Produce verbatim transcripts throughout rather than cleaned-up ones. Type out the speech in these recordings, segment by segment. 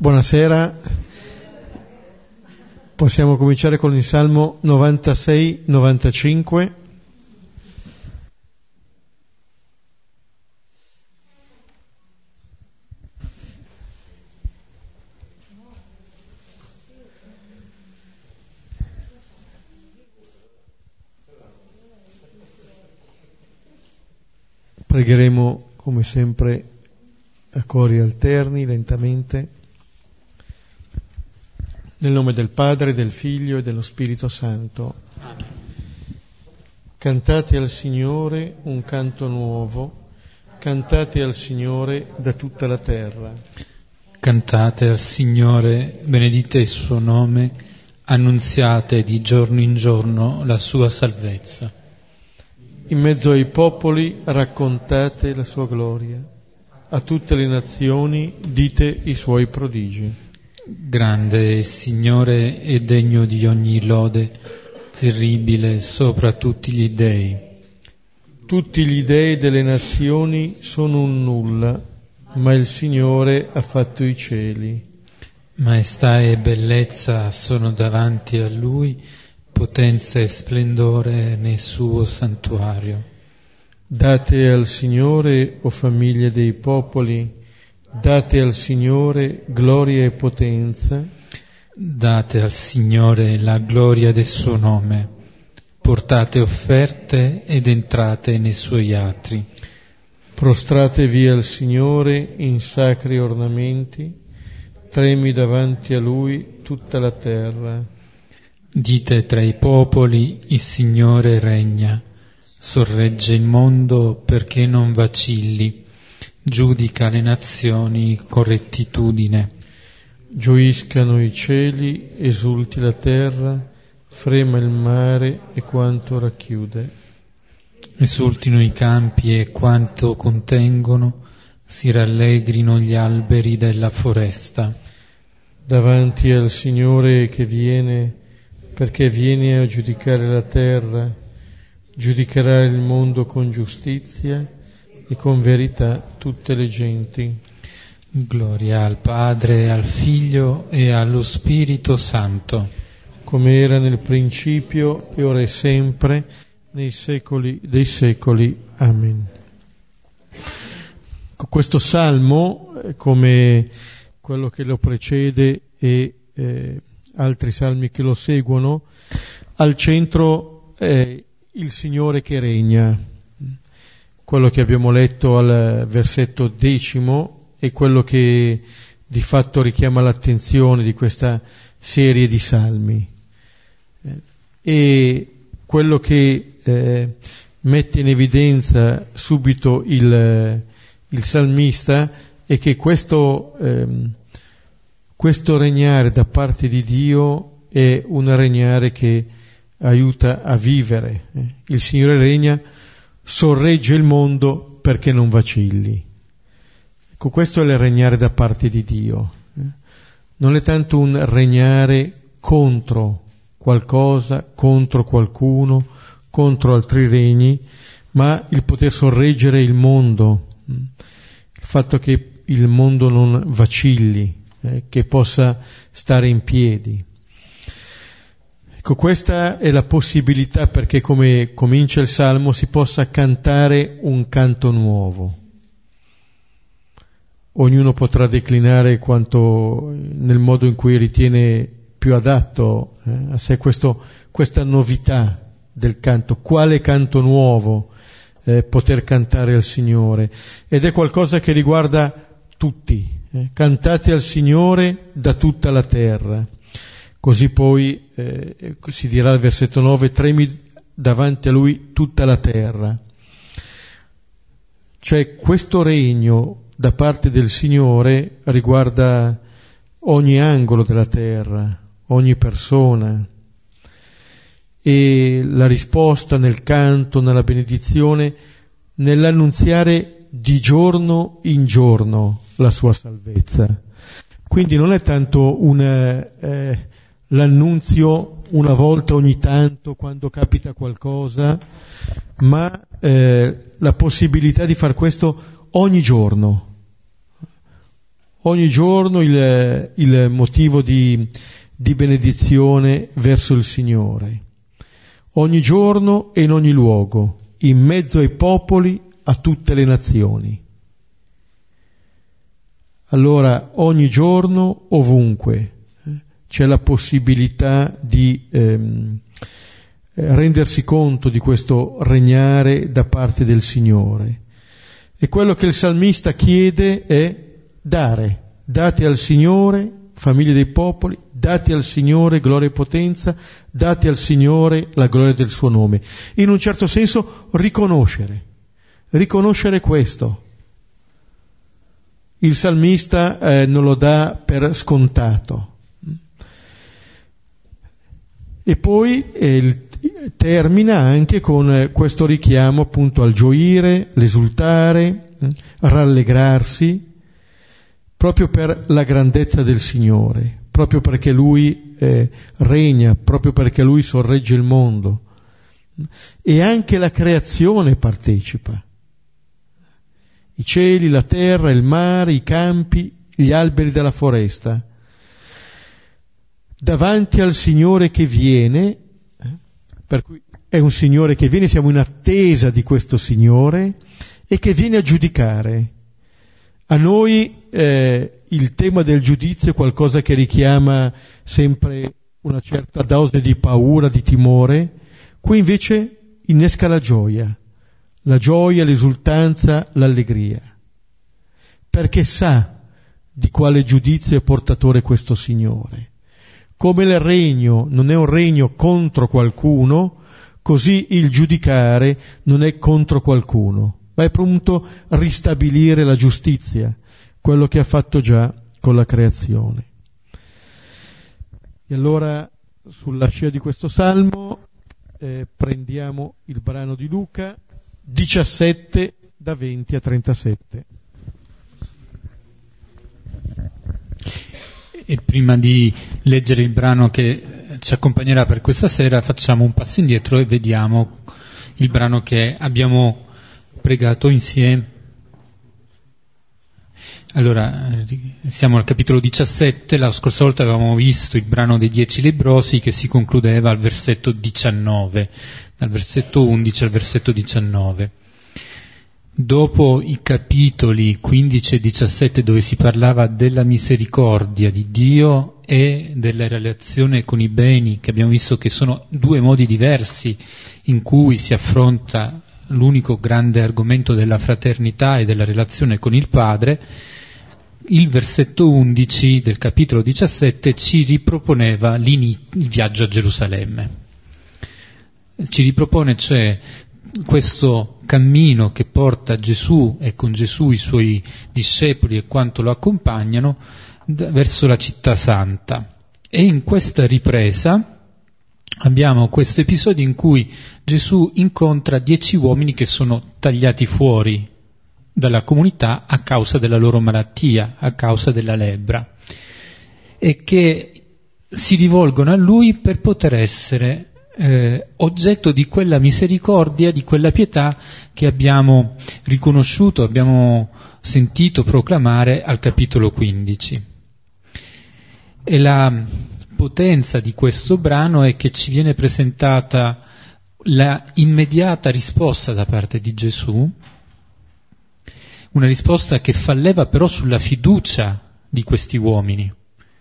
Buonasera, possiamo cominciare con il Salmo novantasei novantacinque. Pregheremo come sempre a cori alterni, lentamente. Nel nome del Padre, del Figlio e dello Spirito Santo. Amen. Cantate al Signore un canto nuovo, cantate al Signore da tutta la terra. Cantate al Signore, benedite il suo nome, annunziate di giorno in giorno la sua salvezza. In mezzo ai popoli raccontate la sua gloria, a tutte le nazioni dite i suoi prodigi. Grande Signore e degno di ogni lode, terribile sopra tutti gli dei. Tutti gli dei delle nazioni sono un nulla, ma il Signore ha fatto i cieli. Maestà e bellezza sono davanti a Lui, potenza e splendore nel suo santuario. Date al Signore, o famiglie dei popoli, date al Signore gloria e potenza. Date al Signore la gloria del suo nome. Portate offerte ed entrate nei suoi atri. Prostratevi al Signore in sacri ornamenti. Tremi davanti a Lui tutta la terra. Dite tra i popoli, il Signore regna. Sorregge il mondo perché non vacilli. Giudica le nazioni con rettitudine. Gioiscano i cieli, esulti la terra, frema il mare e quanto racchiude. Esultino i campi e quanto contengono, si rallegrino gli alberi della foresta. Davanti al Signore che viene, perché viene a giudicare la terra, giudicherà il mondo con giustizia e con verità tutte le genti. Gloria al Padre, al Figlio e allo Spirito Santo, come era nel principio e ora e sempre, nei secoli dei secoli. Amen. Questo salmo, come quello che lo precede e eh, altri salmi che lo seguono, al centro è il Signore che regna. Quello che abbiamo letto al versetto decimo è quello che di fatto richiama l'attenzione di questa serie di salmi. E quello che eh, mette in evidenza subito il, il salmista è che questo, ehm, questo regnare da parte di Dio è un regnare che aiuta a vivere. Il Signore regna, sorregge il mondo perché non vacilli. Ecco, questo è il regnare da parte di Dio. Non è tanto un regnare contro qualcosa, contro qualcuno, contro altri regni, ma il poter sorreggere il mondo, il fatto che il mondo non vacilli, eh, che possa stare in piedi. Ecco, questa è la possibilità perché, come comincia il Salmo, si possa cantare un canto nuovo. Ognuno potrà declinare quanto nel modo in cui ritiene più adatto eh, a sé questo, questa novità del canto. Quale canto nuovo eh, poter cantare al Signore? Ed è qualcosa che riguarda tutti. Eh. Cantate al Signore da tutta la terra. Così poi eh, si dirà al versetto nove, tremi davanti a Lui tutta la terra. Cioè questo regno da parte del Signore riguarda ogni angolo della terra, ogni persona. E la risposta nel canto, nella benedizione, nell'annunziare di giorno in giorno la sua salvezza. Quindi non è tanto una... Eh, l'annunzio una volta ogni tanto quando capita qualcosa, ma eh, la possibilità di far questo ogni giorno, ogni giorno il, il motivo di, di benedizione verso il Signore, ogni giorno e in ogni luogo, in mezzo ai popoli, a tutte le nazioni. Allora ogni giorno, ovunque, eh, c'è la possibilità di ehm, rendersi conto di questo regnare da parte del Signore. E quello che il salmista chiede è dare, date al Signore, famiglie dei popoli, date al Signore gloria e potenza, date al Signore la gloria del suo nome. In un certo senso riconoscere, riconoscere questo. Il salmista eh, non lo dà per scontato. E poi eh, termina anche con eh, questo richiamo appunto al gioire, l'esultare, eh, rallegrarsi, proprio per la grandezza del Signore, proprio perché Lui eh, regna, proprio perché Lui sorregge il mondo. E anche la creazione partecipa. I cieli, la terra, il mare, i campi, gli alberi della foresta. Davanti al Signore che viene, eh, per cui è un Signore che viene, siamo in attesa di questo Signore e che viene a giudicare. A noi eh, il tema del giudizio è qualcosa che richiama sempre una certa dose di paura, di timore. Qui invece innesca la gioia, la gioia, l'esultanza, l'allegria, perché sa di quale giudizio è portatore questo Signore. Come il regno non è un regno contro qualcuno, così il giudicare non è contro qualcuno, ma è pronto a ristabilire la giustizia, quello che ha fatto già con la creazione. E allora, sulla scia di questo salmo, eh, prendiamo il brano di Luca diciassette, da venti a trentasette. E prima di leggere il brano che ci accompagnerà per questa sera, facciamo un passo indietro e vediamo il brano che abbiamo pregato insieme. Allora, siamo al capitolo diciassette, la scorsa volta avevamo visto il brano dei dieci lebbrosi che si concludeva al versetto diciannove, dal versetto undici al versetto diciannove. Dopo i capitoli quindici e diciassette, dove si parlava della misericordia di Dio e della relazione con i beni, che abbiamo visto che sono due modi diversi in cui si affronta l'unico grande argomento della fraternità e della relazione con il Padre, il versetto undici del capitolo diciassette ci riproponeva il viaggio a Gerusalemme. Ci ripropone cioè questo cammino che porta Gesù e con Gesù i suoi discepoli e quanto lo accompagnano verso la città santa. E in questa ripresa abbiamo questo episodio in cui Gesù incontra dieci uomini che sono tagliati fuori dalla comunità a causa della loro malattia, a causa della lebbra, e che si rivolgono a Lui per poter essere eh, oggetto di quella misericordia, di quella pietà che abbiamo riconosciuto, abbiamo sentito proclamare al capitolo quindici. E la potenza di questo brano è che ci viene presentata la immediata risposta da parte di Gesù, una risposta che fa leva però sulla fiducia di questi uomini,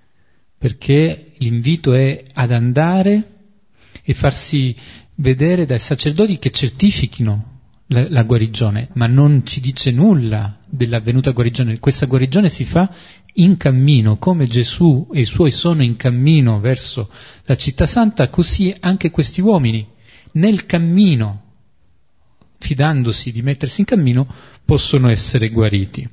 perché l'invito è ad andare e farsi vedere dai sacerdoti che certifichino la, la guarigione, ma non ci dice nulla dell'avvenuta guarigione. Questa guarigione si fa in cammino, come Gesù e i suoi sono in cammino verso la città santa, così anche questi uomini nel cammino, fidandosi di mettersi in cammino, possono essere guariti.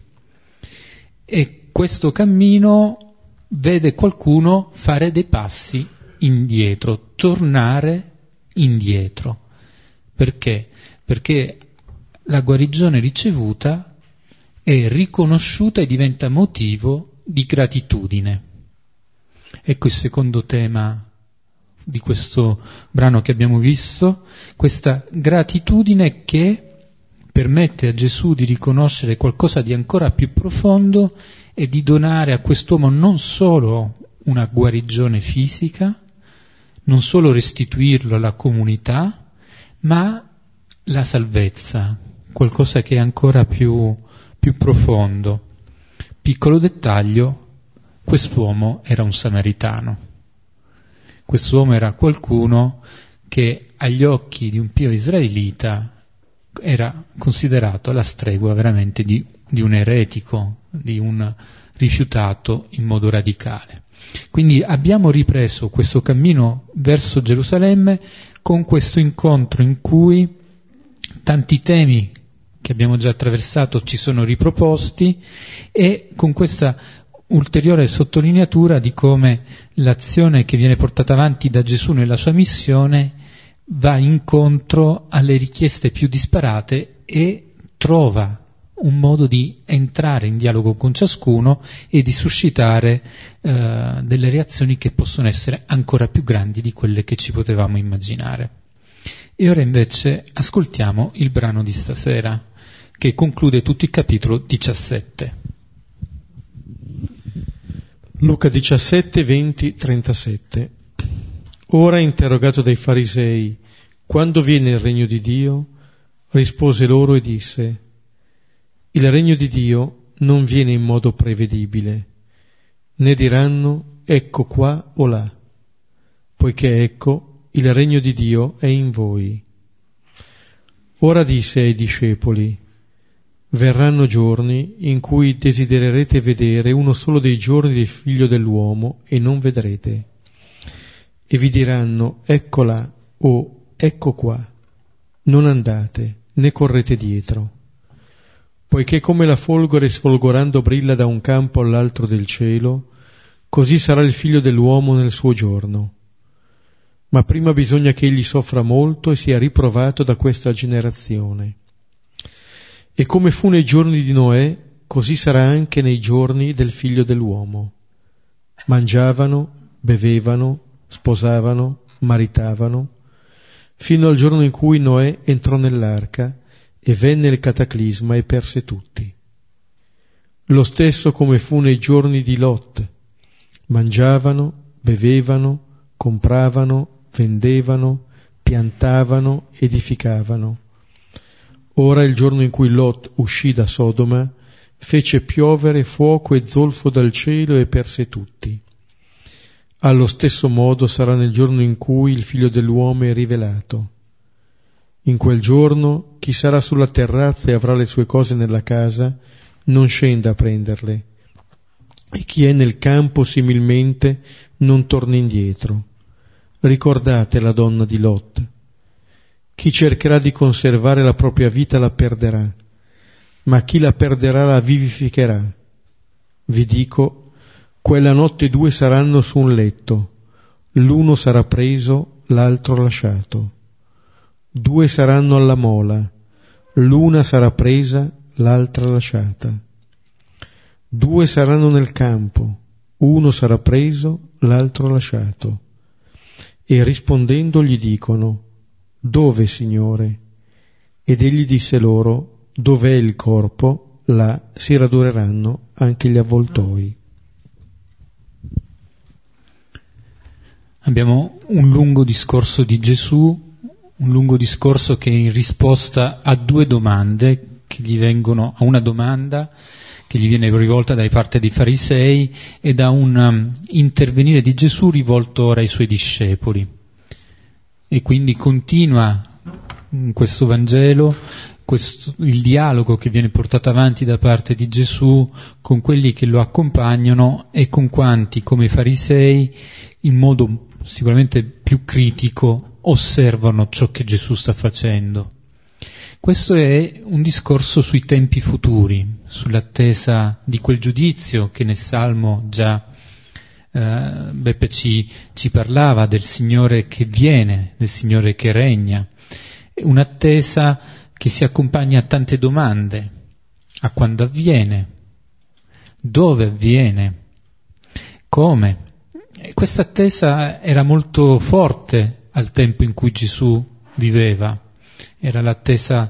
E questo cammino vede qualcuno fare dei passi indietro, tornare indietro. Perché? Perché la guarigione ricevuta è riconosciuta e diventa motivo di gratitudine. Ecco il secondo tema di questo brano che abbiamo visto, questa gratitudine che permette a Gesù di riconoscere qualcosa di ancora più profondo e di donare a quest'uomo non solo una guarigione fisica, non solo restituirlo alla comunità, ma la salvezza, qualcosa che è ancora più, più profondo. Piccolo dettaglio, quest'uomo era un samaritano. Quest'uomo era qualcuno che agli occhi di un pio israelita era considerato alla stregua veramente di, di un eretico, di un rifiutato in modo radicale. Quindi abbiamo ripreso questo cammino verso Gerusalemme con questo incontro in cui tanti temi che abbiamo già attraversato ci sono riproposti e con questa ulteriore sottolineatura di come l'azione che viene portata avanti da Gesù nella sua missione va incontro alle richieste più disparate e trova un modo di entrare in dialogo con ciascuno e di suscitare eh, delle reazioni che possono essere ancora più grandi di quelle che ci potevamo immaginare. E ora invece ascoltiamo il brano di stasera, che conclude tutto il capitolo diciassette. Luca diciassette, venti, trentasette. Ora, interrogato dai farisei, quando viene il regno di Dio, rispose loro e disse: il regno di Dio non viene in modo prevedibile, né diranno ecco qua o là, poiché ecco il regno di Dio è in voi. Ora disse ai discepoli: verranno giorni in cui desidererete vedere uno solo dei giorni del Figlio dell'uomo e non vedrete. E vi diranno ecco là o ecco qua, non andate né correte dietro. Poiché come la folgore sfolgorando brilla da un campo all'altro del cielo, così sarà il Figlio dell'uomo nel suo giorno. Ma prima bisogna che egli soffra molto e sia riprovato da questa generazione. E come fu nei giorni di Noè, così sarà anche nei giorni del Figlio dell'uomo. Mangiavano, bevevano, sposavano, maritavano, fino al giorno in cui Noè entrò nell'arca e venne il cataclisma e perse tutti. Lo stesso come fu nei giorni di Lot. Mangiavano, bevevano, compravano, vendevano, piantavano, edificavano. Ora il giorno in cui Lot uscì da Sodoma, fece piovere fuoco e zolfo dal cielo e perse tutti. Allo stesso modo sarà nel giorno in cui il Figlio dell'uomo è rivelato. In quel giorno chi sarà sulla terrazza e avrà le sue cose nella casa non scenda a prenderle, e chi è nel campo similmente non torni indietro. Ricordate la donna di Lot. Chi cercherà di conservare la propria vita la perderà, ma chi la perderà la vivificherà. Vi dico, quella notte due saranno su un letto, l'uno sarà preso, l'altro lasciato. Due saranno alla mola, l'una sarà presa, l'altra lasciata. Due saranno nel campo, uno sarà preso, l'altro lasciato. E rispondendo gli dicono: dove, Signore? Ed egli disse loro: dov'è il corpo, là si raduneranno anche gli avvoltoi. Abbiamo un lungo discorso di Gesù, un lungo discorso che è in risposta a due domande che gli vengono, a una domanda che gli viene rivolta da parte dei farisei e da un um, intervenire di Gesù rivolto ora ai suoi discepoli. E quindi continua in questo Vangelo questo, il dialogo che viene portato avanti da parte di Gesù con quelli che lo accompagnano e con quanti, come i farisei, in modo sicuramente più critico, osservano ciò che Gesù sta facendo. Questo è un discorso sui tempi futuri, sull'attesa di quel giudizio che nel Salmo già eh, Beppe ci, ci parlava, del Signore che viene, del Signore che regna. È un'attesa che si accompagna a tante domande: a quando avviene, dove avviene, come. E questa attesa era molto forte al tempo in cui Gesù viveva. Era l'attesa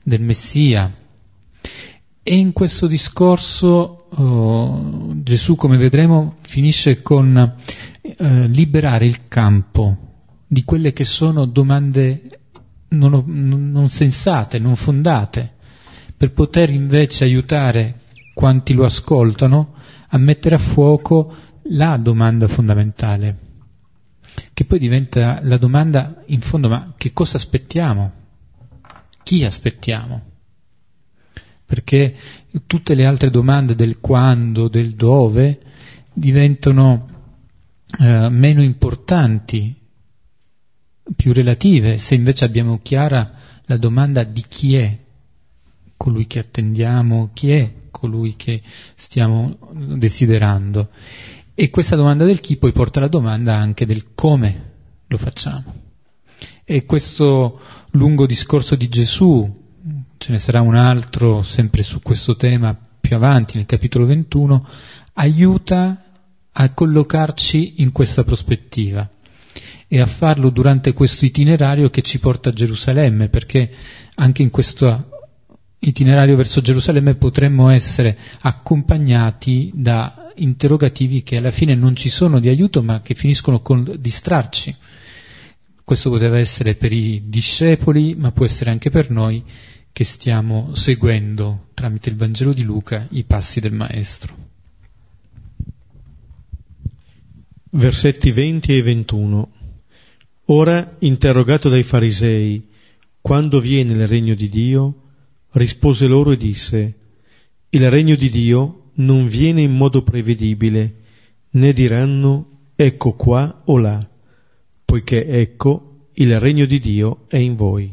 del Messia. E in questo discorso oh, Gesù, come vedremo, finisce con eh, liberare il campo di quelle che sono domande non, non sensate, non fondate, per poter invece aiutare quanti lo ascoltano a mettere a fuoco la domanda fondamentale, che poi diventa la domanda in fondo: ma che cosa aspettiamo? Chi aspettiamo? Perché tutte le altre domande del quando, del dove, diventano eh, meno importanti, più relative, se invece abbiamo chiara la domanda di chi è colui che attendiamo, chi è colui che stiamo desiderando. E questa domanda del chi poi porta alla domanda anche del come lo facciamo. E questo lungo discorso di Gesù, ce ne sarà un altro sempre su questo tema più avanti, nel capitolo ventuno, aiuta a collocarci in questa prospettiva e a farlo durante questo itinerario che ci porta a Gerusalemme, perché anche in questo itinerario verso Gerusalemme potremmo essere accompagnati da interrogativi che alla fine non ci sono di aiuto, ma che finiscono con distrarci. Questo poteva essere per i discepoli, ma può essere anche per noi che stiamo seguendo tramite il Vangelo di Luca i passi del Maestro. Versetti venti e ventuno. Ora, interrogato dai farisei, quando viene il regno di Dio, rispose loro e disse: il regno di Dio non viene in modo prevedibile, né diranno ecco qua o là, poiché ecco il regno di Dio è in voi.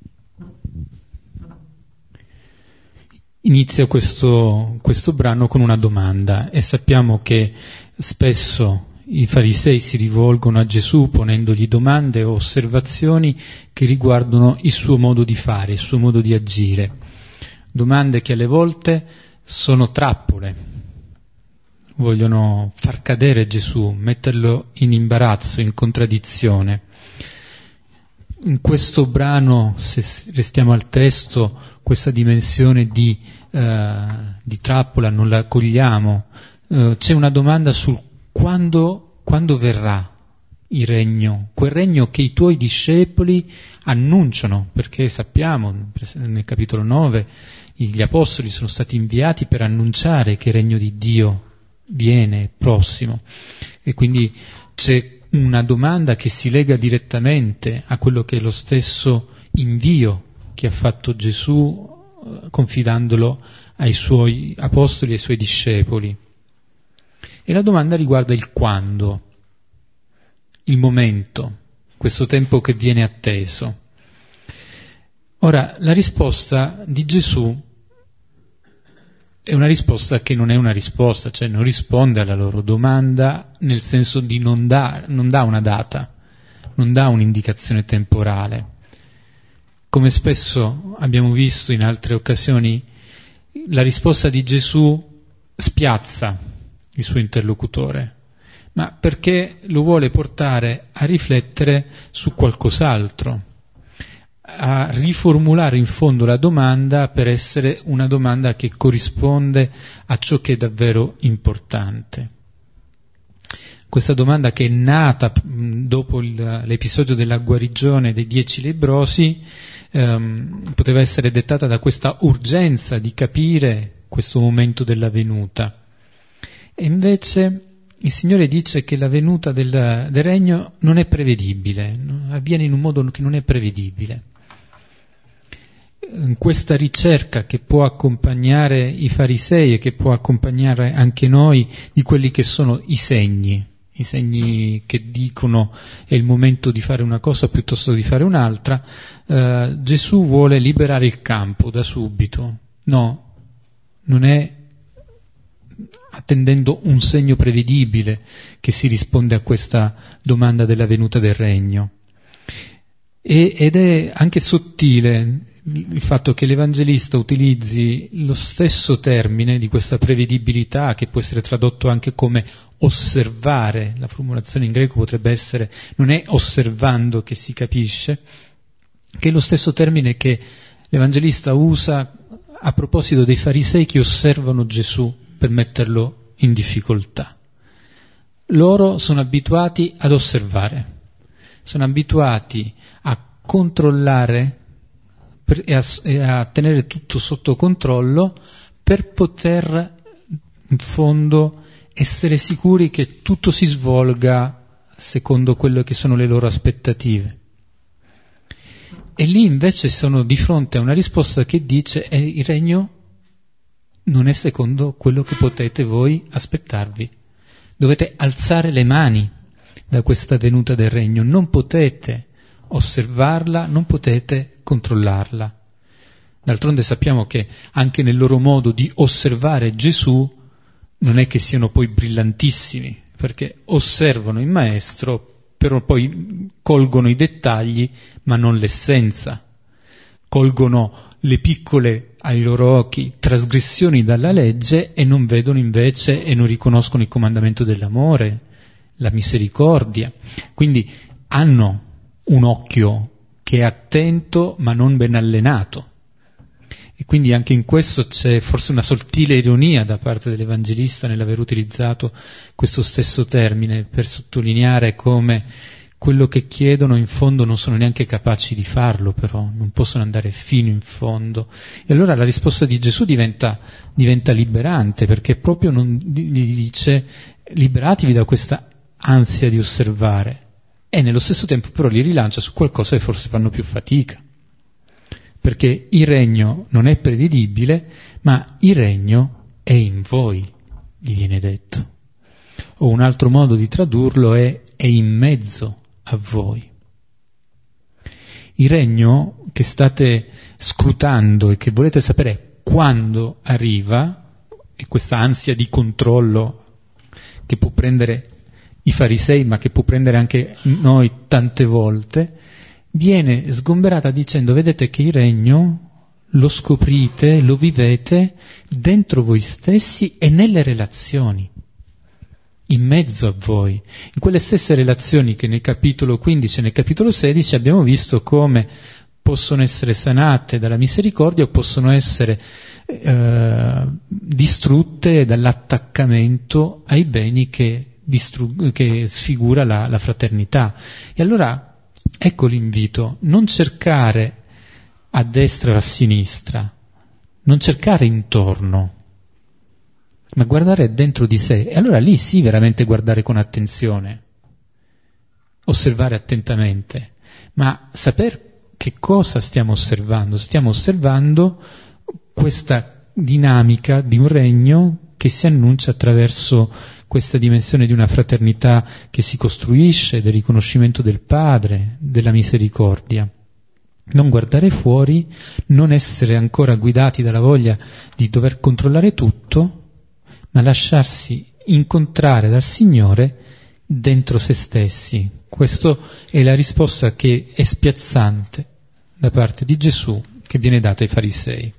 Inizia questo, questo brano con una domanda, e sappiamo che spesso i farisei si rivolgono a Gesù ponendogli domande o osservazioni che riguardano il suo modo di fare, il suo modo di agire. Domande che alle volte sono trappole, vogliono far cadere Gesù, metterlo in imbarazzo, in contraddizione. In questo brano, se restiamo al testo, questa dimensione di, eh, di trappola non la cogliamo. Eh, c'è una domanda sul quando, quando verrà il regno, quel regno che i tuoi discepoli annunciano, perché sappiamo, nel capitolo nove, gli apostoli sono stati inviati per annunciare che il regno di Dio viene prossimo, e quindi c'è una domanda che si lega direttamente a quello che è lo stesso invio che ha fatto Gesù, confidandolo ai suoi apostoli e ai suoi discepoli. E la domanda riguarda il quando, il momento, questo tempo che viene atteso. Ora, la risposta di Gesù è una risposta che non è una risposta, cioè non risponde alla loro domanda, nel senso di non dà, non dà una data, non dà un'indicazione temporale. Come spesso abbiamo visto in altre occasioni, la risposta di Gesù spiazza il suo interlocutore, ma perché lo vuole portare a riflettere su qualcos'altro, a riformulare in fondo la domanda per essere una domanda che corrisponde a ciò che è davvero importante. Questa domanda, che è nata dopo il, l'episodio della guarigione dei dieci lebbrosi, ehm, poteva essere dettata da questa urgenza di capire questo momento della venuta. E invece il Signore dice che la venuta del, del regno non è prevedibile, avviene in un modo che non è prevedibile. In questa ricerca che può accompagnare i farisei e che può accompagnare anche noi di quelli che sono i segni, i segni che dicono è il momento di fare una cosa piuttosto di fare un'altra, eh, Gesù vuole liberare il campo da subito. No, non è attendendo un segno prevedibile che si risponde a questa domanda della venuta del regno. E, ed è anche sottile il fatto che l'Evangelista utilizzi lo stesso termine di questa prevedibilità, che può essere tradotto anche come osservare. La formulazione in greco potrebbe essere: non è osservando che si capisce, che è lo stesso termine che L'Evangelista usa a proposito dei farisei che osservano Gesù per metterlo in difficoltà. Loro sono abituati ad osservare, sono abituati a controllare per, e, a, e a tenere tutto sotto controllo per poter in fondo essere sicuri che tutto si svolga secondo quello che sono le loro aspettative. E lì invece sono di fronte a una risposta che dice eh, il regno non è secondo quello che potete voi aspettarvi. Dovete alzare le mani da questa venuta del regno, non potete osservarla, non potete controllarla. D'altronde sappiamo che anche nel loro modo di osservare Gesù non è che siano poi brillantissimi, perché osservano il Maestro, però poi colgono i dettagli, ma non l'essenza. Colgono le piccole, ai loro occhi, trasgressioni dalla legge e non vedono invece e non riconoscono il comandamento dell'amore, la misericordia. Quindi hanno un occhio che è attento ma non ben allenato. E quindi anche in questo c'è forse una sottile ironia da parte dell'Evangelista nell'aver utilizzato questo stesso termine per sottolineare come quello che chiedono in fondo non sono neanche capaci di farlo, però non possono andare fino in fondo. E allora la risposta di Gesù diventa, diventa liberante, perché proprio non, gli dice liberatevi da questa ansia di osservare, e nello stesso tempo però li rilancia su qualcosa che forse fanno più fatica. Perché il regno non è prevedibile, ma il regno è in voi, gli viene detto. O un altro modo di tradurlo è è in mezzo a voi. Il regno che state scrutando e che volete sapere quando arriva, e questa ansia di controllo che può prendere i farisei, ma che può prendere anche noi tante volte, viene sgomberata dicendo: vedete che il regno lo scoprite, lo vivete dentro voi stessi e nelle relazioni, in mezzo a voi, in quelle stesse relazioni che nel capitolo quindici e nel capitolo sedici abbiamo visto come possono essere sanate dalla misericordia o possono essere eh, distrutte dall'attaccamento ai beni che, distru- che sfigura la, la fraternità. E allora ecco l'invito: non cercare a destra o a sinistra, non cercare intorno, ma guardare dentro di sé. E allora lì sì, veramente guardare con attenzione, osservare attentamente, ma saper che cosa stiamo osservando. Stiamo osservando questa dinamica di un regno che si annuncia attraverso questa dimensione di una fraternità che si costruisce, del riconoscimento del Padre, della misericordia. Non guardare fuori, non essere ancora guidati dalla voglia di dover controllare tutto, ma lasciarsi incontrare dal Signore dentro se stessi. Questa è la risposta che è spiazzante da parte di Gesù, che viene data ai farisei.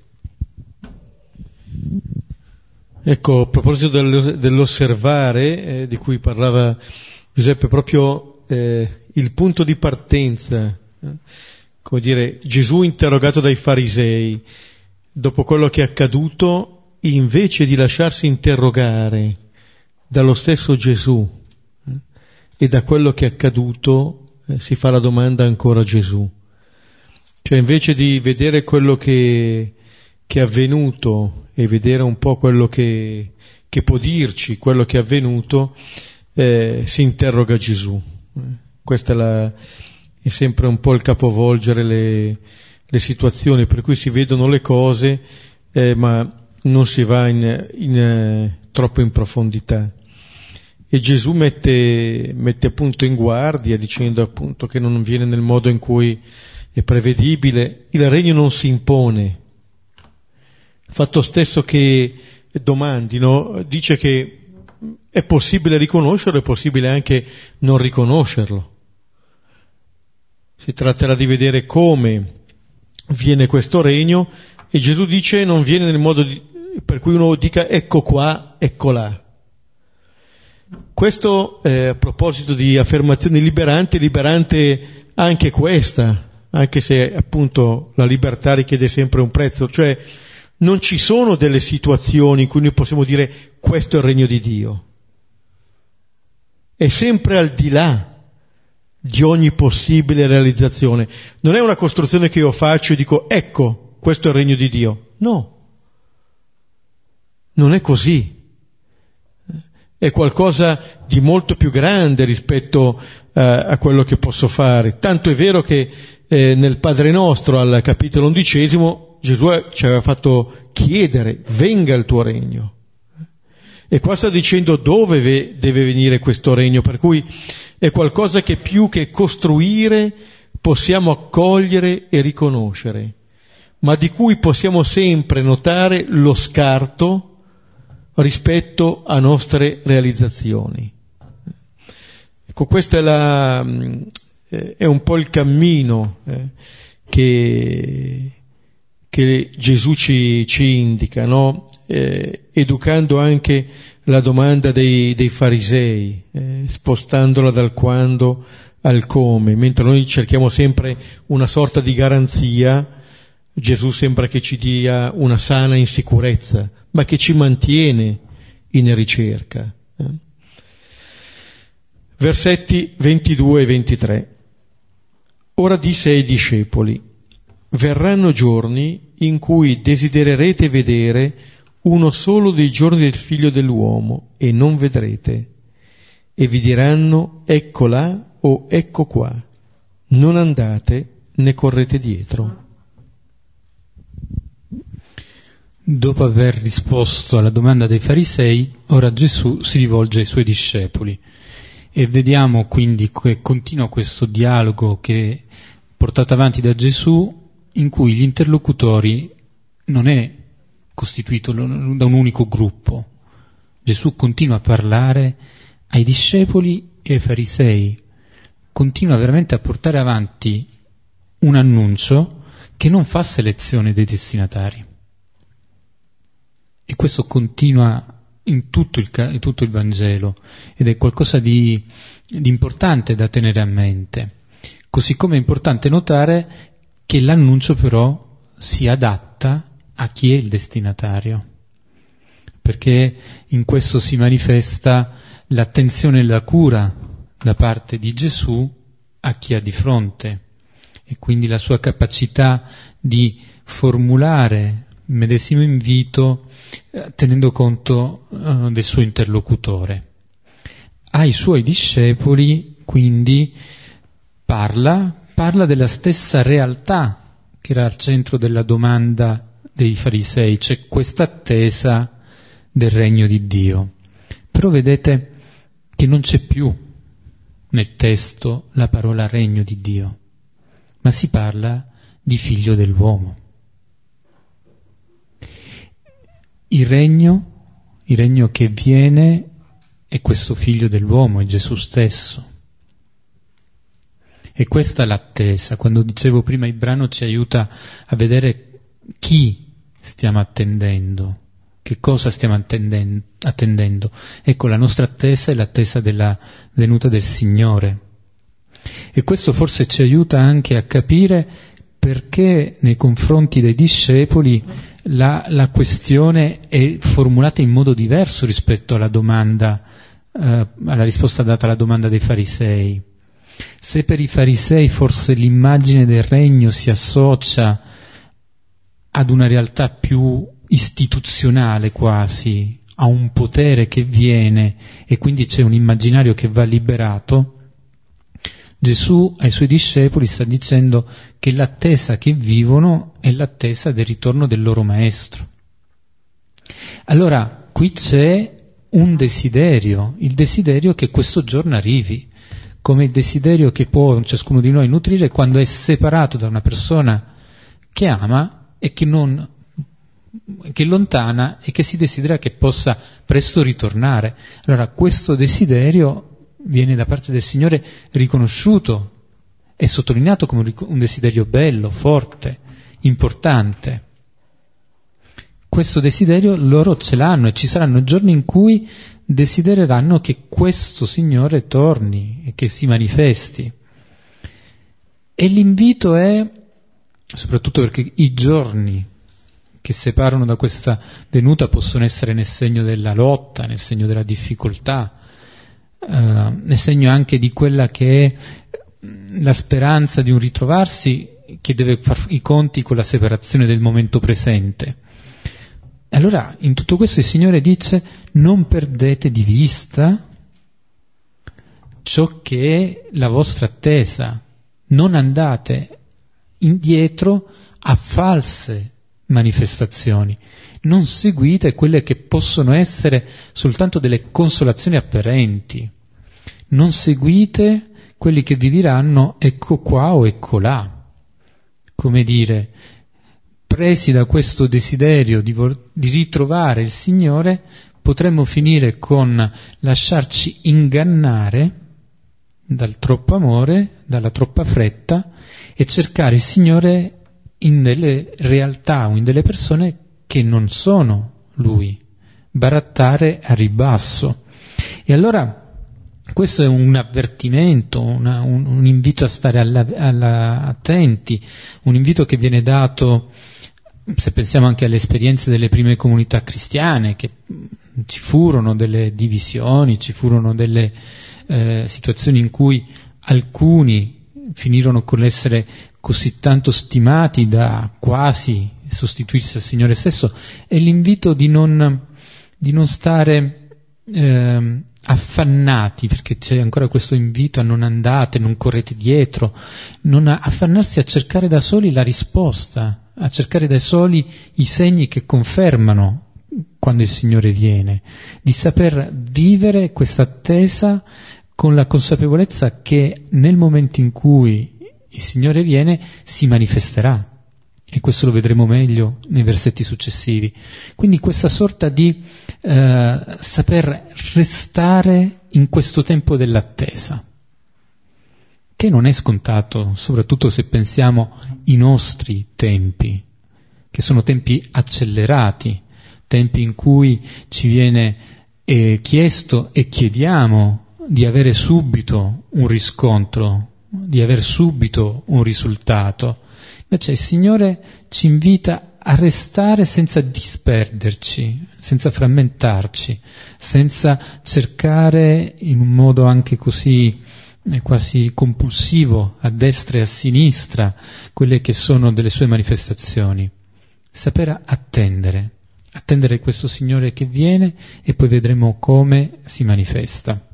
Ecco, a proposito dell'osservare, eh, di cui parlava Giuseppe, proprio eh, il punto di partenza, eh, come dire, Gesù interrogato dai farisei, dopo quello che è accaduto, invece di lasciarsi interrogare dallo stesso Gesù eh, e da quello che è accaduto, eh, si fa la domanda ancora a Gesù. Cioè, invece di vedere quello che, che è avvenuto e vedere un po' quello che, che può dirci, quello che è avvenuto, eh, si interroga Gesù. Questa è, la, è sempre un po' il capovolgere le, le situazioni, per cui si vedono le cose, eh, ma non si va in, in, eh, troppo in profondità. E Gesù mette, mette appunto in guardia, dicendo appunto che non viene nel modo in cui è prevedibile, il regno non si impone. Il fatto stesso che domandino dice che è possibile riconoscerlo, è possibile anche non riconoscerlo. Si tratterà di vedere come viene questo regno, e Gesù dice non viene nel modo di, per cui uno dica ecco qua, ecco là. Questo eh, a proposito di affermazioni liberanti, liberante anche questa, anche se appunto la libertà richiede sempre un prezzo, cioè non ci sono delle situazioni in cui noi possiamo dire questo è il regno di Dio. È sempre al di là di ogni possibile realizzazione. Non è una costruzione che io faccio e dico ecco, questo è il regno di Dio. No, non è così. È qualcosa di molto più grande rispetto eh, a quello che posso fare. Tanto è vero che eh, nel Padre Nostro, al capitolo undicesimo, Gesù ci aveva fatto chiedere, venga il tuo regno. E qua sta dicendo dove ve- deve venire questo regno, per cui è qualcosa che più che costruire possiamo accogliere e riconoscere, ma di cui possiamo sempre notare lo scarto rispetto a nostre realizzazioni. Ecco, questo è, la, è un po' il cammino eh, che, che Gesù ci, ci indica, no? Eh, educando anche la domanda dei, dei farisei, eh, spostandola dal quando al come, mentre noi cerchiamo sempre una sorta di garanzia, Gesù sembra che ci dia una sana insicurezza, ma che ci mantiene in ricerca. Eh. Versetti ventidue e ventitré. Ora disse ai discepoli: verranno giorni in cui desidererete vedere uno solo dei giorni del Figlio dell'uomo e non vedrete, e vi diranno ecco là o ecco qua, non andate né correte dietro. Dopo aver risposto alla domanda dei farisei, ora Gesù si rivolge ai suoi discepoli e vediamo quindi che continua questo dialogo che è portato avanti da Gesù, in cui gli interlocutori non è costituito da un unico gruppo. Gesù continua a parlare ai discepoli e ai farisei, continua veramente a portare avanti un annuncio che non fa selezione dei destinatari. E questo continua in tutto il, in tutto il Vangelo ed è qualcosa di, di importante da tenere a mente. Così come è importante notare che l'annuncio però si adatta a chi è il destinatario, perché in questo si manifesta l'attenzione e la cura da parte di Gesù a chi ha di fronte e quindi la sua capacità di formulare il medesimo invito eh, tenendo conto eh, del suo interlocutore. Ai suoi discepoli quindi parla, parla della stessa realtà che era al centro della domanda dei farisei, c'è questa attesa del regno di Dio. Però vedete che non c'è più nel testo la parola regno di Dio, ma si parla di figlio dell'uomo. Il regno, il regno che viene è questo figlio dell'uomo, è Gesù stesso. E questa è l'attesa. Quando dicevo prima, il brano ci aiuta a vedere chi stiamo attendendo, che cosa stiamo attendendo, attendendo. Ecco, la nostra attesa è l'attesa della venuta del Signore. E questo forse ci aiuta anche a capire perché nei confronti dei discepoli la, la questione è formulata in modo diverso rispetto alla domanda, eh, alla risposta data alla domanda dei farisei. Se per i farisei forse l'immagine del regno si associa ad una realtà più istituzionale quasi, a un potere che viene e quindi c'è un immaginario che va liberato, Gesù ai suoi discepoli sta dicendo che l'attesa che vivono è l'attesa del ritorno del loro maestro. Allora, qui c'è un desiderio, il desiderio che questo giorno arrivi, come il desiderio che può ciascuno di noi nutrire quando è separato da una persona che ama e che non che è lontana e che si desidera che possa presto ritornare. Allora, questo desiderio viene da parte del Signore riconosciuto e sottolineato come un desiderio bello, forte, importante. Questo desiderio loro ce l'hanno e ci saranno giorni in cui desidereranno che questo Signore torni e che si manifesti. E l'invito è, soprattutto perché i giorni che separano da questa venuta possono essere nel segno della lotta, nel segno della difficoltà, eh, nel segno anche di quella che è la speranza di un ritrovarsi che deve fare i conti con la separazione del momento presente. Allora, in tutto questo il Signore dice: non perdete di vista ciò che è la vostra attesa, non andate indietro a false manifestazioni, non seguite quelle che possono essere soltanto delle consolazioni apparenti, non seguite quelli che vi diranno ecco qua o ecco là, come dire, presi da questo desiderio di, vor- di ritrovare il Signore, potremmo finire con lasciarci ingannare dal troppo amore, dalla troppa fretta, e cercare il Signore in delle realtà o in delle persone che non sono Lui, barattare a ribasso. E allora questo è un avvertimento, una, un, un invito a stare alla, alla, attenti, un invito che viene dato, se pensiamo anche alle esperienze delle prime comunità cristiane, che ci furono delle divisioni, ci furono delle eh, situazioni in cui alcuni finirono con l'essere così tanto stimati da quasi sostituirsi al Signore stesso, è l'invito di non, di non stare eh, affannati, perché c'è ancora questo invito a non andate, non correte dietro, non affannarsi a cercare da soli la risposta, a cercare da soli i segni che confermano quando il Signore viene, di saper vivere questa attesa con la consapevolezza che nel momento in cui il Signore viene si manifesterà, e questo lo vedremo meglio nei versetti successivi. Quindi questa sorta di eh, saper restare in questo tempo dell'attesa, che non è scontato, soprattutto se pensiamo ai nostri tempi, che sono tempi accelerati, tempi in cui ci viene eh, chiesto e chiediamo di avere subito un riscontro, di aver subito un risultato. Invece il Signore ci invita a restare senza disperderci, senza frammentarci, senza cercare in un modo anche così eh, quasi compulsivo a destra e a sinistra quelle che sono delle sue manifestazioni. Saper attendere, attendere questo Signore che viene, e poi vedremo come si manifesta.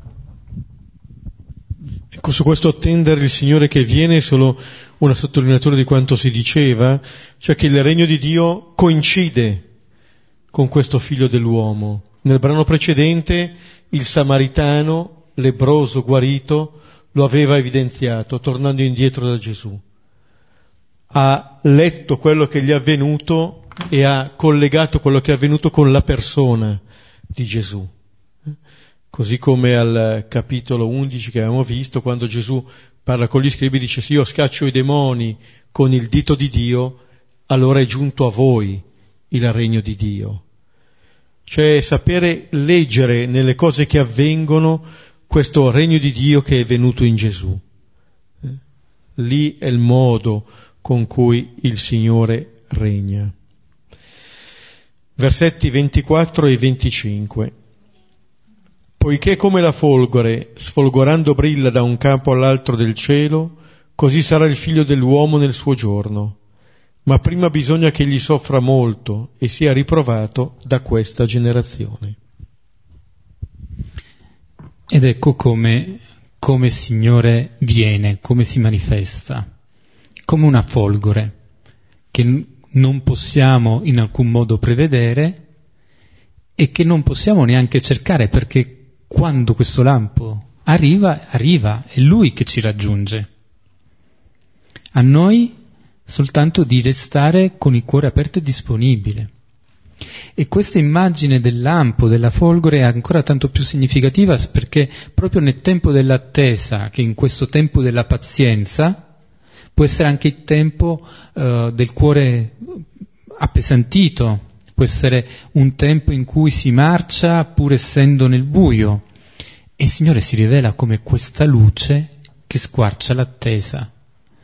Ecco, su questo attendere il Signore che viene è solo una sottolineatura di quanto si diceva, cioè che il regno di Dio coincide con questo figlio dell'uomo. Nel brano precedente il samaritano, lebbroso, guarito, lo aveva evidenziato, tornando indietro da Gesù. Ha letto quello che gli è avvenuto e ha collegato quello che è avvenuto con la persona di Gesù. Così come al capitolo undici che abbiamo visto, quando Gesù parla con gli scribi, dice: se io scaccio i demoni con il dito di Dio, allora è giunto a voi il regno di Dio. Cioè sapere leggere nelle cose che avvengono questo regno di Dio che è venuto in Gesù. Lì è il modo con cui il Signore regna. Versetti ventiquattro e venticinque. Poiché come la folgore, sfolgorando, brilla da un campo all'altro del cielo, così sarà il figlio dell'uomo nel suo giorno. Ma prima bisogna che egli soffra molto e sia riprovato da questa generazione. Ed ecco come, come il Signore viene, come si manifesta, come una folgore che non possiamo in alcun modo prevedere e che non possiamo neanche cercare, perché quando questo lampo arriva, arriva, è Lui che ci raggiunge. A noi soltanto di restare con il cuore aperto e disponibile. E questa immagine del lampo, della folgore, è ancora tanto più significativa perché proprio nel tempo dell'attesa, che in questo tempo della pazienza, può essere anche il tempo uh, del cuore appesantito, può essere un tempo in cui si marcia pur essendo nel buio, e il Signore si rivela come questa luce che squarcia l'attesa,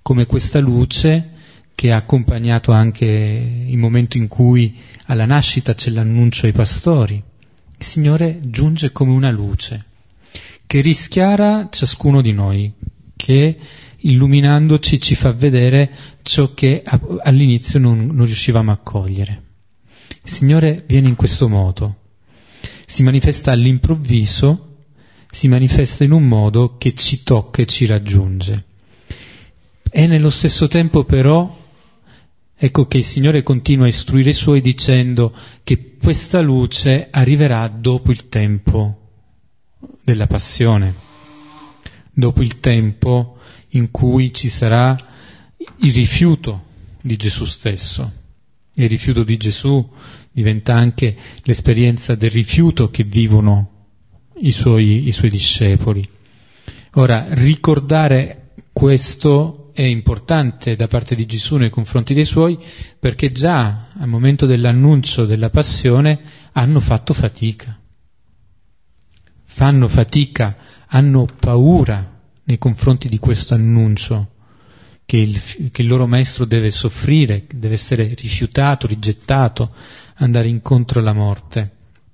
come questa luce che ha accompagnato anche il momento in cui alla nascita c'è l'annuncio ai pastori. Il Signore giunge come una luce che rischiara ciascuno di noi, che illuminandoci ci fa vedere ciò che all'inizio non, non riuscivamo a cogliere. Il Signore viene in questo modo, si manifesta all'improvviso, si manifesta in un modo che ci tocca e ci raggiunge. E nello stesso tempo però, ecco che il Signore continua a istruire i Suoi dicendo che questa luce arriverà dopo il tempo della passione, dopo il tempo in cui ci sarà il rifiuto di Gesù stesso. Il rifiuto di Gesù diventa anche l'esperienza del rifiuto che vivono i suoi, i suoi discepoli. Ora, ricordare questo è importante da parte di Gesù nei confronti dei Suoi, perché già al momento dell'annuncio della passione hanno fatto fatica. Fanno fatica, hanno paura nei confronti di questo annuncio, che il, che il loro maestro deve soffrire, deve essere rifiutato, rigettato, andare incontro alla morte.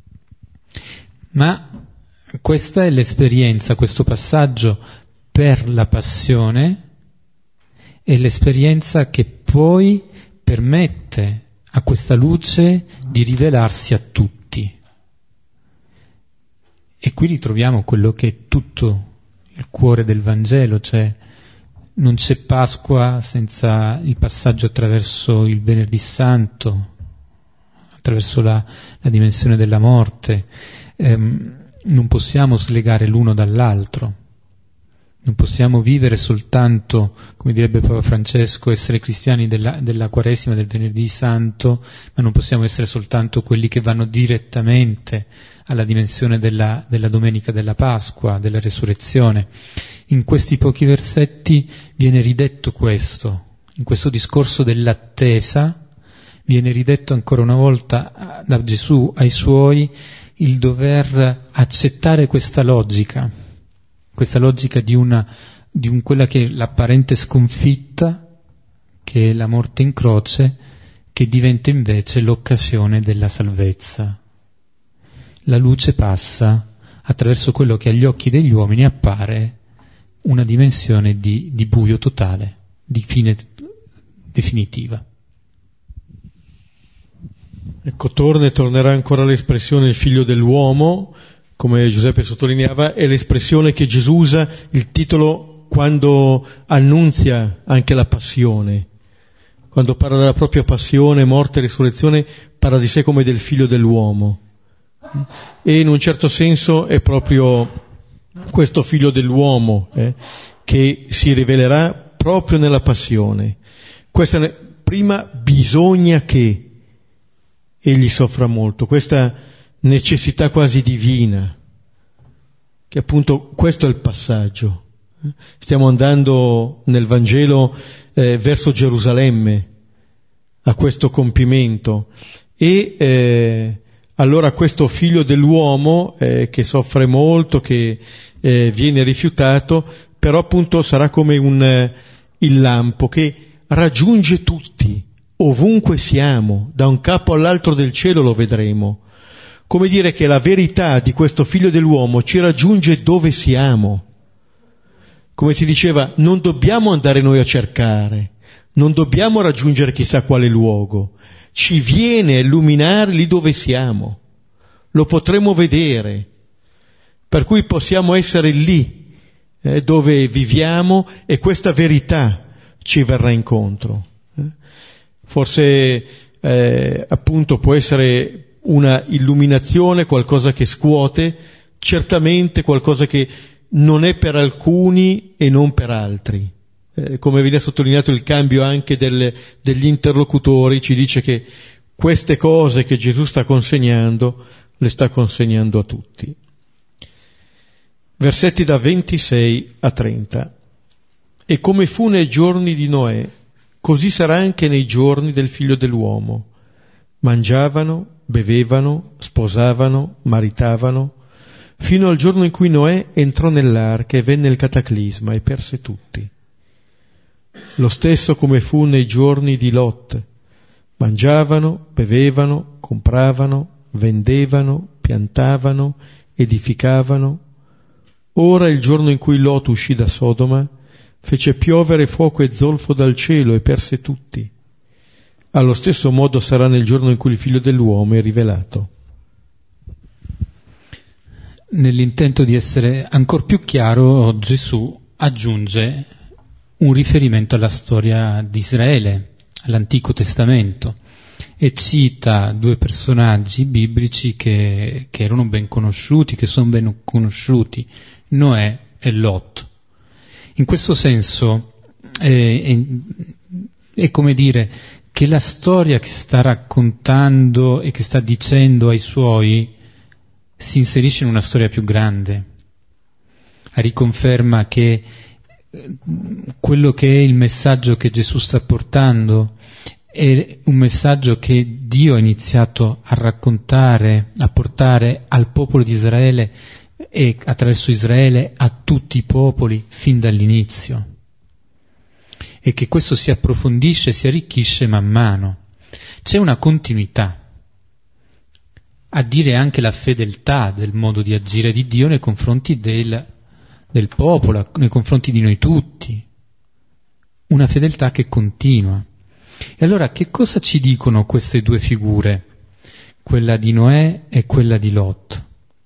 Ma questa è l'esperienza, questo passaggio per la passione è l'esperienza che poi permette a questa luce di rivelarsi a tutti. E qui ritroviamo quello che è tutto il cuore del Vangelo, cioè non c'è Pasqua senza il passaggio attraverso il Venerdì Santo, attraverso la, la dimensione della morte. Ehm, non possiamo slegare l'uno dall'altro, non possiamo vivere soltanto, come direbbe Papa Francesco, essere cristiani della, della Quaresima, del Venerdì Santo, ma non possiamo essere soltanto quelli che vanno direttamente alla dimensione della, della Domenica della Pasqua, della Resurrezione. In questi pochi versetti viene ridetto questo, in questo discorso dell'attesa viene ridetto ancora una volta da Gesù ai Suoi il dover accettare questa logica, questa logica di una, di un, quella che è l'apparente sconfitta, che è la morte in croce, che diventa invece l'occasione della salvezza. La luce passa attraverso quello che agli occhi degli uomini appare una dimensione di, di buio totale, di fine definitiva. Ecco, torna e tornerà ancora l'espressione il figlio dell'uomo, come Giuseppe sottolineava, è l'espressione che Gesù usa, il titolo, quando annunzia anche la passione. Quando parla della propria passione, morte e risurrezione, parla di sé come del figlio dell'uomo. E in un certo senso è proprio questo figlio dell'uomo eh, che si rivelerà proprio nella passione. Questa ne... prima bisogna che egli soffra molto, questa necessità quasi divina, che appunto questo è il passaggio. Stiamo andando nel Vangelo eh, verso Gerusalemme, a questo compimento, e eh, allora questo figlio dell'uomo eh, che soffre molto, che eh, viene rifiutato, però appunto sarà come un eh, il lampo che raggiunge tutti, ovunque siamo, da un capo all'altro del cielo lo vedremo. Come dire che la verità di questo figlio dell'uomo ci raggiunge dove siamo. Come si diceva, non dobbiamo andare noi a cercare, non dobbiamo raggiungere chissà quale luogo, ci viene a illuminare lì dove siamo, lo potremo vedere, per cui possiamo essere lì eh, dove viviamo e questa verità ci verrà incontro. Eh? Forse eh, appunto può essere una illuminazione, qualcosa che scuote, certamente qualcosa che non è per alcuni e non per altri. Eh, come viene sottolineato il cambio anche del, degli interlocutori, ci dice che queste cose che Gesù sta consegnando, le sta consegnando a tutti. Versetti da ventisei a trenta. E come fu nei giorni di Noè, così sarà anche nei giorni del figlio dell'uomo. Mangiavano, bevevano, sposavano, maritavano, fino al giorno in cui Noè entrò nell'arca e venne il cataclisma e perse tutti. lo stesso come fu nei giorni di Lot. Mangiavano, bevevano, compravano, vendevano, piantavano, edificavano. Ora il giorno in cui Lot uscì da Sodoma fece piovere fuoco e zolfo dal cielo e perse tutti. Allo stesso modo sarà nel giorno in cui il Figlio dell'uomo è rivelato. Nell'intento di essere ancor più chiaro, Gesù aggiunge un riferimento alla storia di Israele, all'Antico Testamento, e cita due personaggi biblici che, che erano ben conosciuti, che sono ben conosciuti, Noè e Lot. In questo senso è, è, è come dire che la storia che sta raccontando e che sta dicendo ai suoi si inserisce in una storia più grande, riconferma che quello che è il messaggio che Gesù sta portando è un messaggio che Dio ha iniziato a raccontare, a portare al popolo di Israele e attraverso Israele a tutti i popoli fin dall'inizio, e che questo si approfondisce, si arricchisce man mano. C'è una continuità, a dire anche la fedeltà del modo di agire di Dio nei confronti del, del popolo, nei confronti di noi tutti. Una fedeltà che continua. E allora che cosa ci dicono queste due figure, quella di Noè e quella di Lot?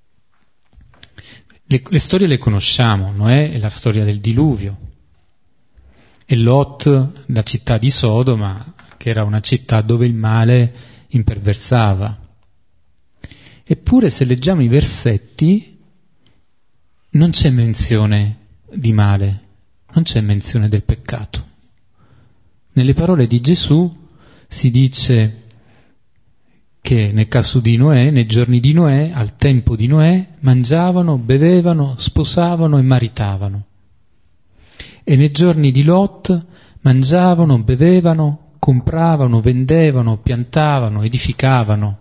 Le, le storie le conosciamo. Noè è la storia del diluvio, e Lot la città di Sodoma, che era una città dove il male imperversava. Eppure se leggiamo i versetti non c'è menzione di male, non c'è menzione del peccato. Nelle parole di Gesù si dice che nel caso di Noè, nei giorni di Noè, al tempo di Noè, mangiavano, bevevano, sposavano e maritavano. E nei giorni di Lot mangiavano, bevevano, compravano, vendevano, piantavano, edificavano.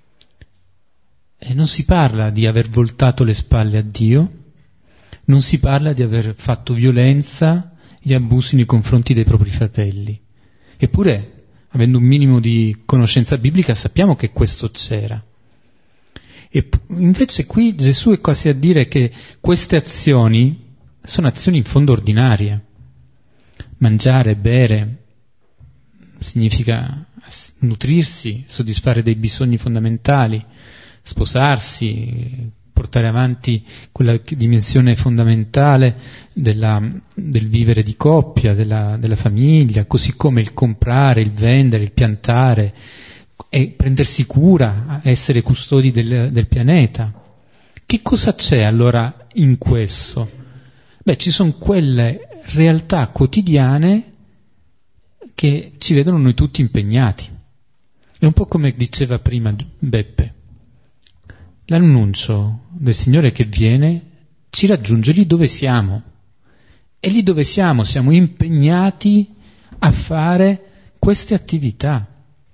E non si parla di aver voltato le spalle a Dio, non si parla di aver fatto violenza e abusi nei confronti dei propri fratelli. Eppure, avendo un minimo di conoscenza biblica, sappiamo che questo c'era. E invece qui Gesù è quasi a dire che queste azioni sono azioni in fondo ordinarie. Mangiare, bere, significa nutrirsi, soddisfare dei bisogni fondamentali, sposarsi, portare avanti quella dimensione fondamentale della, del vivere di coppia, della, della famiglia, così come il comprare, il vendere, il piantare, e prendersi cura, essere custodi del, del pianeta. Che cosa c'è allora in questo? Beh, ci sono quelle realtà quotidiane che ci vedono noi tutti impegnati. È un po' come diceva prima Beppe. L'annuncio del Signore che viene ci raggiunge lì dove siamo, e lì dove siamo siamo impegnati a fare queste attività.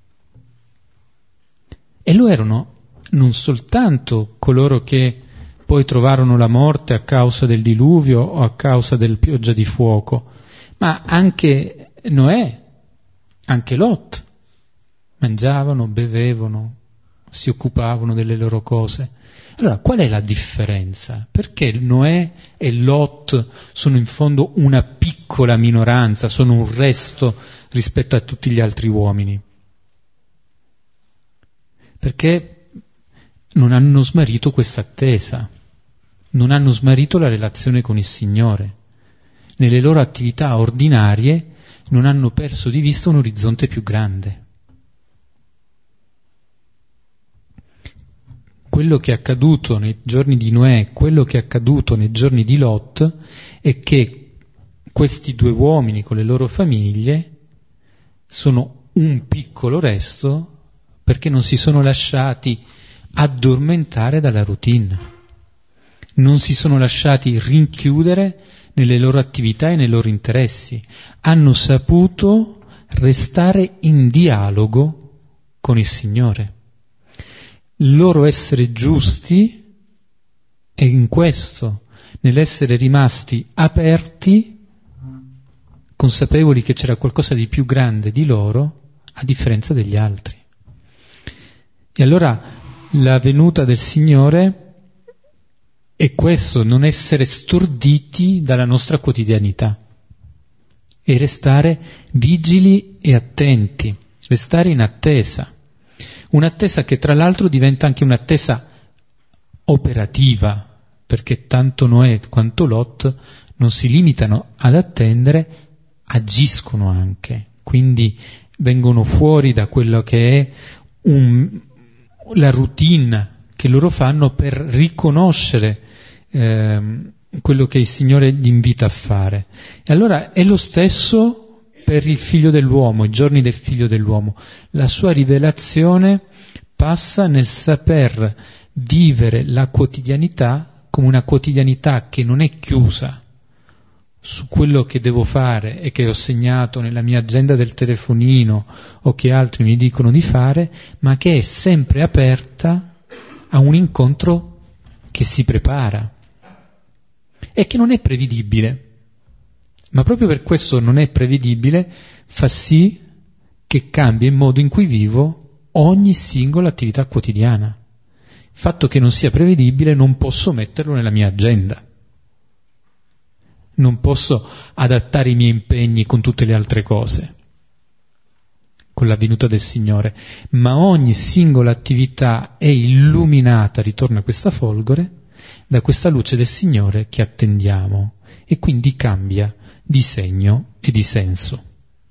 E lo erano non soltanto coloro che poi trovarono la morte a causa del diluvio o a causa del pioggia di fuoco, ma anche Noè, anche Lot. Mangiavano, bevevano, si occupavano delle loro cose. Allora, qual è la differenza? Perché Noè e Lot sono in fondo una piccola minoranza, sono un resto rispetto a tutti gli altri uomini? Perché non hanno smarrito questa attesa, non hanno smarrito la relazione con il Signore. Nelle loro attività ordinarie non hanno perso di vista un orizzonte più grande. Quello che è accaduto nei giorni di Noè, quello che è accaduto nei giorni di Lot, è che questi due uomini con le loro famiglie sono un piccolo resto, perché non si sono lasciati addormentare dalla routine, non si sono lasciati rinchiudere nelle loro attività e nei loro interessi, hanno saputo restare in dialogo con il Signore. Il loro essere giusti è in questo, nell'essere rimasti aperti consapevoli che c'era qualcosa di più grande di loro, a differenza degli altri. E allora la venuta del Signore è questo, non essere storditi dalla nostra quotidianità e restare vigili e attenti, restare in attesa. Un'attesa che tra l'altro diventa anche un'attesa operativa, perché tanto Noè quanto Lot non si limitano ad attendere, agiscono anche, quindi vengono fuori da quello che è un, la routine che loro fanno per riconoscere eh, quello che il Signore gli invita a fare. E allora è lo stesso per il Figlio dell'uomo, i giorni del Figlio dell'uomo. La sua rivelazione passa nel saper vivere la quotidianità come una quotidianità che non è chiusa su quello che devo fare e che ho segnato nella mia agenda del telefonino o che altri mi dicono di fare, ma che è sempre aperta a un incontro che si prepara e che non è prevedibile. Ma proprio per questo non è prevedibile, fa sì che cambia il modo in cui vivo ogni singola attività quotidiana. Il fatto che non sia prevedibile non posso metterlo nella mia agenda. Non posso adattare i miei impegni con tutte le altre cose, con la venuta del Signore, ma ogni singola attività è illuminata, ritorna a questa folgore, da questa luce del Signore che attendiamo, e quindi cambia di segno e di senso.